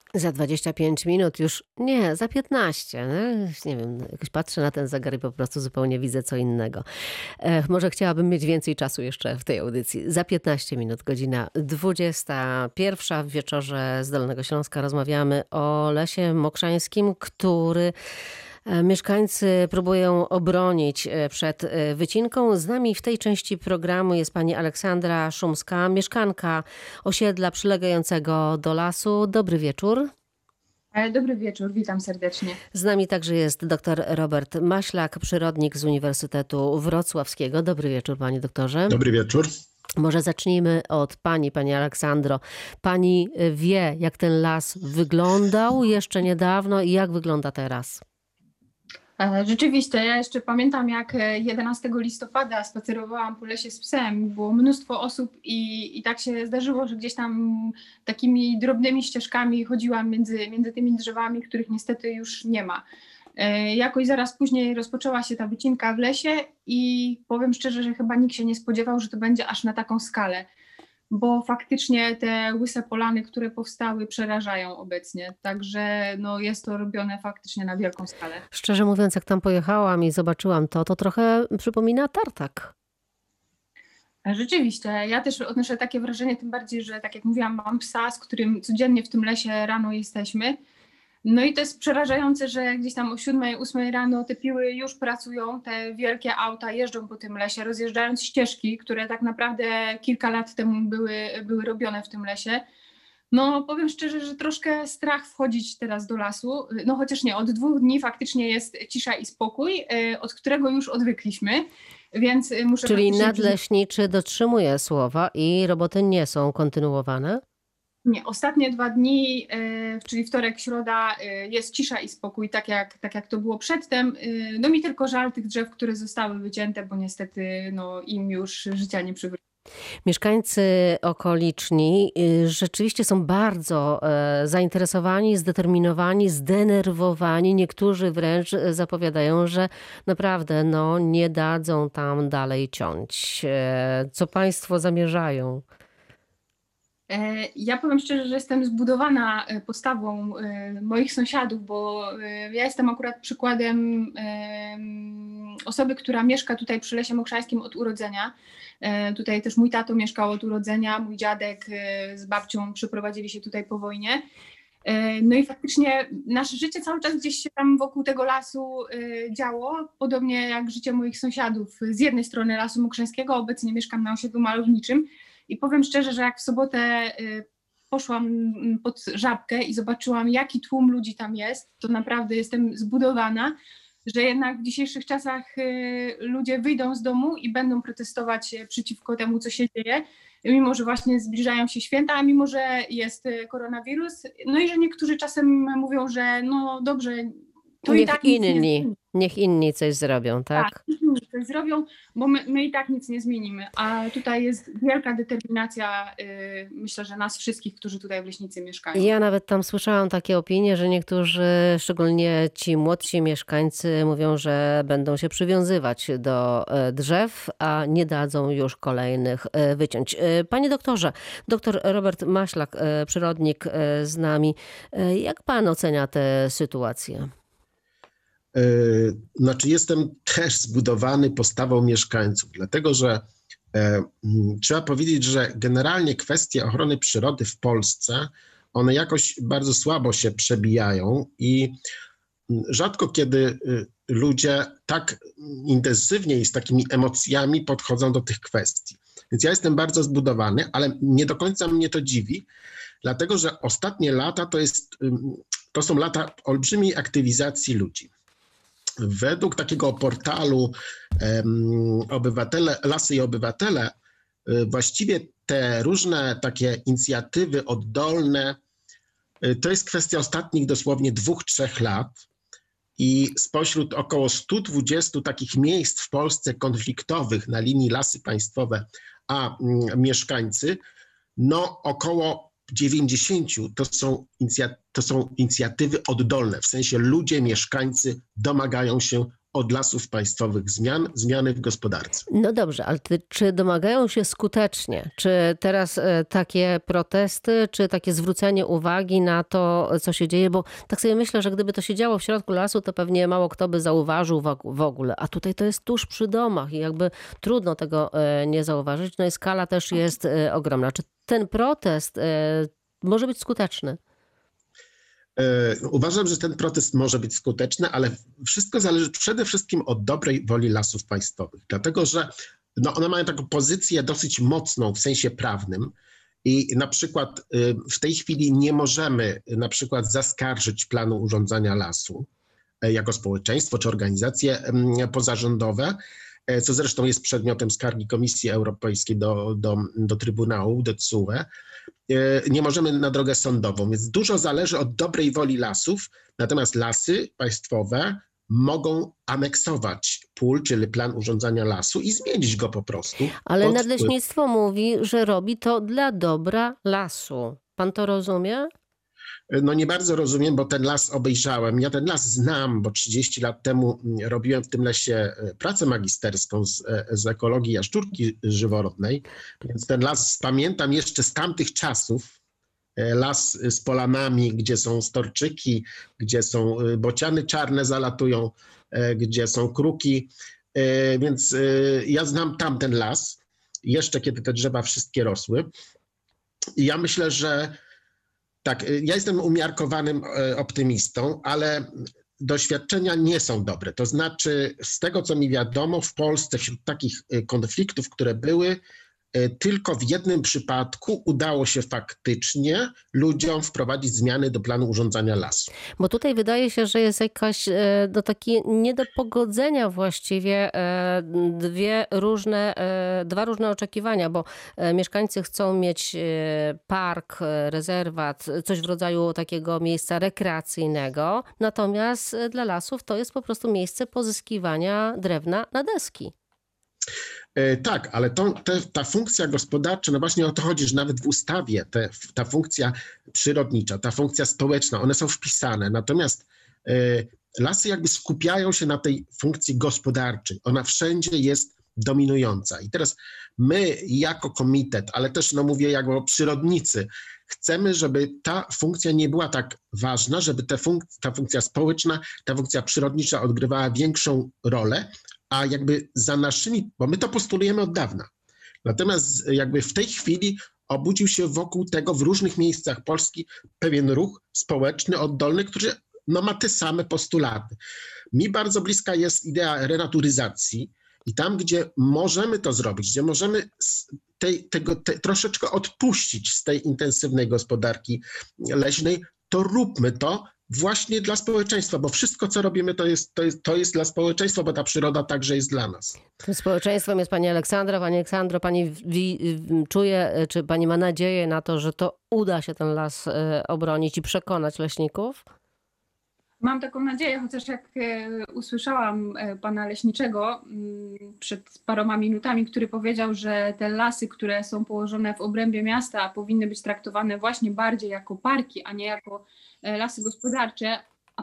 Za 25 minut już nie, za 15. No, nie wiem, jakoś patrzę na ten zegar i po prostu zupełnie widzę co innego. Może chciałabym mieć więcej czasu jeszcze w tej audycji. Za 15 minut, godzina 21 w wieczorze z Dolnego Śląska rozmawiamy o Lesie Mokrzańskim, który mieszkańcy próbują obronić przed wycinką. Z nami w tej części programu jest pani Aleksandra Szumska, mieszkanka osiedla przylegającego do lasu. Dobry wieczór. Dobry wieczór, witam serdecznie. Z nami także jest dr Robert Maślak, przyrodnik z Uniwersytetu Wrocławskiego. Dobry wieczór, panie doktorze. Dobry wieczór. Może zacznijmy od pani Aleksandro. Pani wie, jak ten las wyglądał jeszcze niedawno i jak wygląda teraz? Rzeczywiście, ja jeszcze pamiętam, jak 11 listopada spacerowałam po lesie z psem. Było mnóstwo osób i tak się zdarzyło, że gdzieś tam takimi drobnymi ścieżkami chodziłam między tymi drzewami, których niestety już nie ma. Jakoś zaraz później rozpoczęła się ta wycinka w lesie i powiem szczerze, że chyba nikt się nie spodziewał, że to będzie aż na taką skalę. Bo faktycznie te łyse polany, które powstały, przerażają obecnie. Także jest to robione faktycznie na wielką skalę. Szczerze mówiąc, jak tam pojechałam i zobaczyłam to trochę przypomina tartak. Rzeczywiście, ja też odnoszę takie wrażenie, tym bardziej, że tak jak mówiłam, mam psa, z którym codziennie w tym lesie rano jesteśmy. No i to jest przerażające, że gdzieś tam o 7-8 rano te piły już pracują, te wielkie auta jeżdżą po tym lesie, rozjeżdżając ścieżki, które tak naprawdę kilka lat temu były robione w tym lesie. No powiem szczerze, że troszkę strach wchodzić teraz do lasu, no chociaż nie, od 2 dni faktycznie jest cisza i spokój, od którego już odwykliśmy, więc muszę... Czyli nadleśniczy dotrzymuje słowa i roboty nie są kontynuowane? Nie, ostatnie 2 dni, czyli wtorek, środa, jest cisza i spokój, tak jak to było przedtem. No mi tylko żal tych drzew, które zostały wycięte, bo niestety im już życia nie przywróci. Mieszkańcy okoliczni rzeczywiście są bardzo zainteresowani, zdeterminowani, zdenerwowani. Niektórzy wręcz zapowiadają, że naprawdę nie dadzą tam dalej ciąć. Co państwo zamierzają? Ja powiem szczerze, że jestem zbudowana postawą moich sąsiadów, bo ja jestem akurat przykładem osoby, która mieszka tutaj przy Lesie Mokrzańskim od urodzenia. Tutaj też mój tato mieszkał od urodzenia, mój dziadek z babcią przyprowadzili się tutaj po wojnie. No i faktycznie nasze życie cały czas gdzieś się tam wokół tego lasu działo, podobnie jak życie moich sąsiadów. Z jednej strony Lasu Mokrzańskiego, obecnie mieszkam na osiedlu malowniczym. I powiem szczerze, że jak w sobotę poszłam pod Żabkę i zobaczyłam, jaki tłum ludzi tam jest, to naprawdę jestem zbudowana, że jednak w dzisiejszych czasach ludzie wyjdą z domu i będą protestować przeciwko temu, co się dzieje, mimo że właśnie zbliżają się święta, a mimo że jest koronawirus. No i że niektórzy czasem mówią, że dobrze, to niech i tak nic nie inni, niech inni coś zrobią, tak? Tak, inni coś zrobią, bo my i tak nic nie zmienimy. A tutaj jest wielka determinacja, myślę, że nas wszystkich, którzy tutaj w Leśnicy mieszkają. Ja nawet tam słyszałam takie opinie, że niektórzy, szczególnie ci młodsi mieszkańcy, mówią, że będą się przywiązywać do drzew, a nie dadzą już kolejnych wyciąć. Panie doktorze, doktor Robert Maślak, przyrodnik z nami. Jak pan ocenia tę sytuację? Znaczy jestem też zbudowany postawą mieszkańców, dlatego że trzeba powiedzieć, że generalnie kwestie ochrony przyrody w Polsce, one jakoś bardzo słabo się przebijają i rzadko kiedy ludzie tak intensywnie i z takimi emocjami podchodzą do tych kwestii. Więc ja jestem bardzo zbudowany, ale nie do końca mnie to dziwi, dlatego że ostatnie lata to są lata olbrzymiej aktywizacji ludzi. Według takiego portalu Lasy i Obywatele, właściwie te różne takie inicjatywy oddolne, to jest kwestia ostatnich dosłownie 2-3 lat i spośród około 120 takich miejsc w Polsce konfliktowych na linii Lasy Państwowe a mieszkańcy, około 90 to są inicjatywy oddolne, w sensie ludzie, mieszkańcy domagają się od Lasów Państwowych zmiany w gospodarce. No dobrze, ale czy domagają się skutecznie? Czy teraz takie protesty, czy takie zwrócenie uwagi na to, co się dzieje? Bo tak sobie myślę, że gdyby to się działo w środku lasu, to pewnie mało kto by zauważył w ogóle. A tutaj to jest tuż przy domach i jakby trudno tego nie zauważyć. No i skala też jest ogromna. Czy ten protest może być skuteczny? Uważam, że ten protest może być skuteczny, ale wszystko zależy przede wszystkim od dobrej woli Lasów Państwowych, dlatego że one mają taką pozycję dosyć mocną w sensie prawnym i na przykład w tej chwili nie możemy na przykład zaskarżyć planu urządzania lasu jako społeczeństwo czy organizacje pozarządowe, co zresztą jest przedmiotem skargi Komisji Europejskiej do Trybunału, do TSUE. Nie możemy na drogę sądową, więc dużo zależy od dobrej woli lasów, natomiast lasy państwowe mogą aneksować PUL, czyli plan urządzania lasu i zmienić go po prostu. Ale Nadleśnictwo mówi, że robi to dla dobra lasu. Pan to rozumie? No nie bardzo rozumiem, bo ten las obejrzałem. Ja ten las znam, bo 30 lat temu robiłem w tym lesie pracę magisterską z ekologii jaszczurki żyworodnej, więc ten las pamiętam jeszcze z tamtych czasów. Las z polanami, gdzie są storczyki, gdzie są bociany czarne zalatują, gdzie są kruki, więc ja znam tamten las, jeszcze kiedy te drzewa wszystkie rosły. I ja myślę, że tak, ja jestem umiarkowanym optymistą, ale doświadczenia nie są dobre. To znaczy, z tego co mi wiadomo, w Polsce wśród takich konfliktów, które były, tylko w jednym przypadku udało się faktycznie ludziom wprowadzić zmiany do planu urządzania lasu. Bo tutaj wydaje się, że jest jakaś takie nie do pogodzenia właściwie dwa różne oczekiwania, bo mieszkańcy chcą mieć park, rezerwat, coś w rodzaju takiego miejsca rekreacyjnego, natomiast dla lasów to jest po prostu miejsce pozyskiwania drewna na deski. Tak, ale ta funkcja gospodarcza, no właśnie o to chodzi, że nawet w ustawie ta funkcja przyrodnicza, ta funkcja społeczna, one są wpisane, natomiast lasy jakby skupiają się na tej funkcji gospodarczej, ona wszędzie jest dominująca. I teraz my jako komitet, ale też no mówię jako przyrodnicy, chcemy, żeby ta funkcja nie była tak ważna, żeby ta funkcja społeczna, ta funkcja przyrodnicza odgrywała większą rolę, a jakby za naszymi, bo my to postulujemy od dawna. Natomiast jakby w tej chwili obudził się wokół tego w różnych miejscach Polski pewien ruch społeczny, oddolny, który no, ma te same postulaty. Mi bardzo bliska jest idea renaturyzacji i tam, gdzie możemy to zrobić, gdzie możemy troszeczkę odpuścić z tej intensywnej gospodarki leśnej, to róbmy to właśnie dla społeczeństwa, bo wszystko, co robimy, to jest dla społeczeństwa, bo ta przyroda także jest dla nas. Tym społeczeństwem jest pani Aleksandra. Pani Aleksandro, pani czuje, czy pani ma nadzieję na to, że to uda się ten las obronić i przekonać leśników? Mam taką nadzieję, chociaż jak usłyszałam pana leśniczego przed paroma minutami, który powiedział, że te lasy, które są położone w obrębie miasta, powinny być traktowane właśnie bardziej jako parki, a nie jako lasy gospodarcze,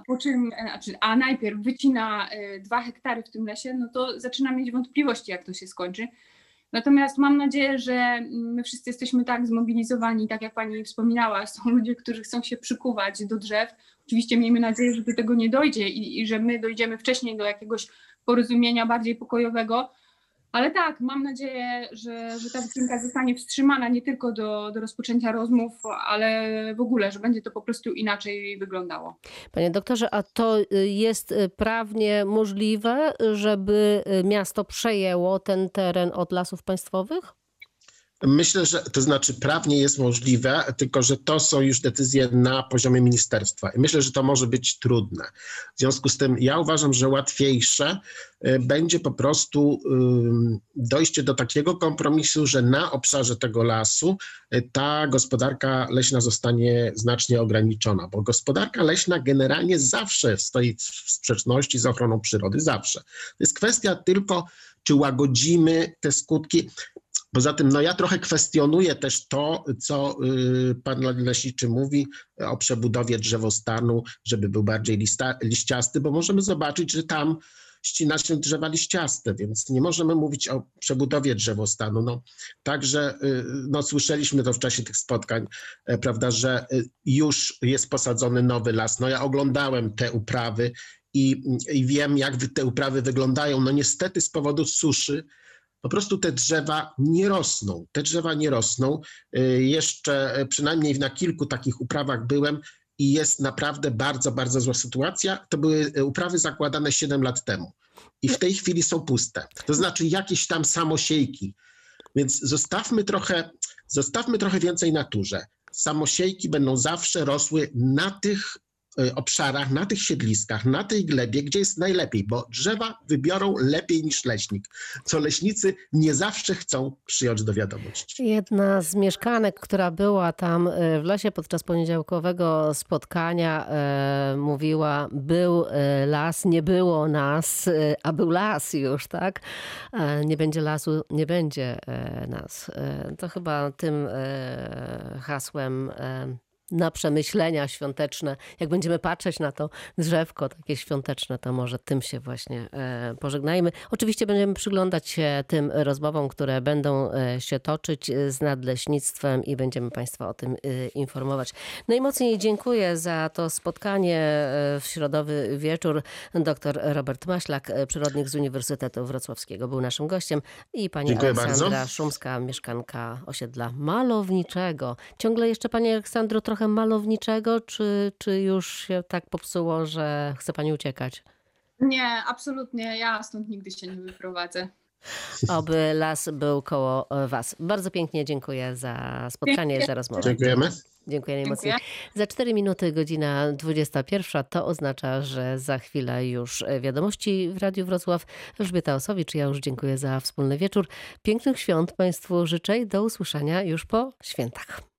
a najpierw wycina 2 hektary w tym lesie, no to zaczynam mieć wątpliwości, jak to się skończy. Natomiast mam nadzieję, że my wszyscy jesteśmy tak zmobilizowani, tak jak pani wspominała, są ludzie, którzy chcą się przykuwać do drzew. Oczywiście miejmy nadzieję, że do tego nie dojdzie i że my dojdziemy wcześniej do jakiegoś porozumienia bardziej pokojowego. Ale tak, mam nadzieję, że ta wycinka zostanie wstrzymana nie tylko do rozpoczęcia rozmów, ale w ogóle, że będzie to po prostu inaczej wyglądało. Panie doktorze, a to jest prawnie możliwe, żeby miasto przejęło ten teren od Lasów Państwowych? Myślę, że to znaczy prawnie jest możliwe, tylko że to są już decyzje na poziomie ministerstwa. I myślę, że to może być trudne. W związku z tym ja uważam, że łatwiejsze będzie po prostu dojście do takiego kompromisu, że na obszarze tego lasu ta gospodarka leśna zostanie znacznie ograniczona, bo gospodarka leśna generalnie zawsze stoi w sprzeczności z ochroną przyrody, zawsze. To jest kwestia tylko, czy łagodzimy te skutki. Poza tym ja trochę kwestionuję też to, co pan leśniczy mówi o przebudowie drzewostanu, żeby był bardziej liściasty, bo możemy zobaczyć, że tam ścina się drzewa liściaste, więc nie możemy mówić o przebudowie drzewostanu. No, także no, słyszeliśmy to w czasie tych spotkań, prawda, że już jest posadzony nowy las. No ja oglądałem te uprawy i wiem, jak te uprawy wyglądają. No niestety z powodu suszy po prostu te drzewa nie rosną. Te drzewa nie rosną. Jeszcze przynajmniej na kilku takich uprawach byłem i jest naprawdę bardzo, bardzo zła sytuacja. To były uprawy zakładane 7 lat temu i w tej chwili są puste. To znaczy jakieś tam samosiejki. Więc zostawmy trochę więcej naturze. Samosiejki będą zawsze rosły na tych obszarach, na tych siedliskach, na tej glebie, gdzie jest najlepiej, bo drzewa wybiorą lepiej niż leśnik, co leśnicy nie zawsze chcą przyjąć do wiadomości. Jedna z mieszkanek, która była tam w lesie podczas poniedziałkowego spotkania, mówiła, był las, nie było nas, a był las już, tak? Nie będzie lasu, nie będzie nas. To chyba tym hasłem na przemyślenia świąteczne. Jak będziemy patrzeć na to drzewko takie świąteczne, to może tym się właśnie pożegnajmy. Oczywiście będziemy przyglądać się tym rozmowom, które będą się toczyć z nadleśnictwem i będziemy Państwa o tym informować. Najmocniej dziękuję za to spotkanie w środowy wieczór. Dr Robert Maślak, przyrodnik z Uniwersytetu Wrocławskiego, był naszym gościem i pani Dziękuję Aleksandra bardzo. Szumska, mieszkanka osiedla malowniczego. Ciągle jeszcze, pani Aleksandro, trochę malowniczego, czy już się tak popsuło, że chce pani uciekać? Nie, absolutnie. Ja stąd nigdy się nie wyprowadzę. Oby las był koło was. Bardzo pięknie dziękuję za spotkanie i za rozmowę. Dziękujemy. Dziękuję najmocniej. Dziękuję. Za 4 minuty godzina 21. To oznacza, że za chwilę już wiadomości w Radiu Wrocław. Elżbieta Osowicz, ja już dziękuję za wspólny wieczór. Pięknych świąt Państwu życzę i do usłyszenia już po świętach.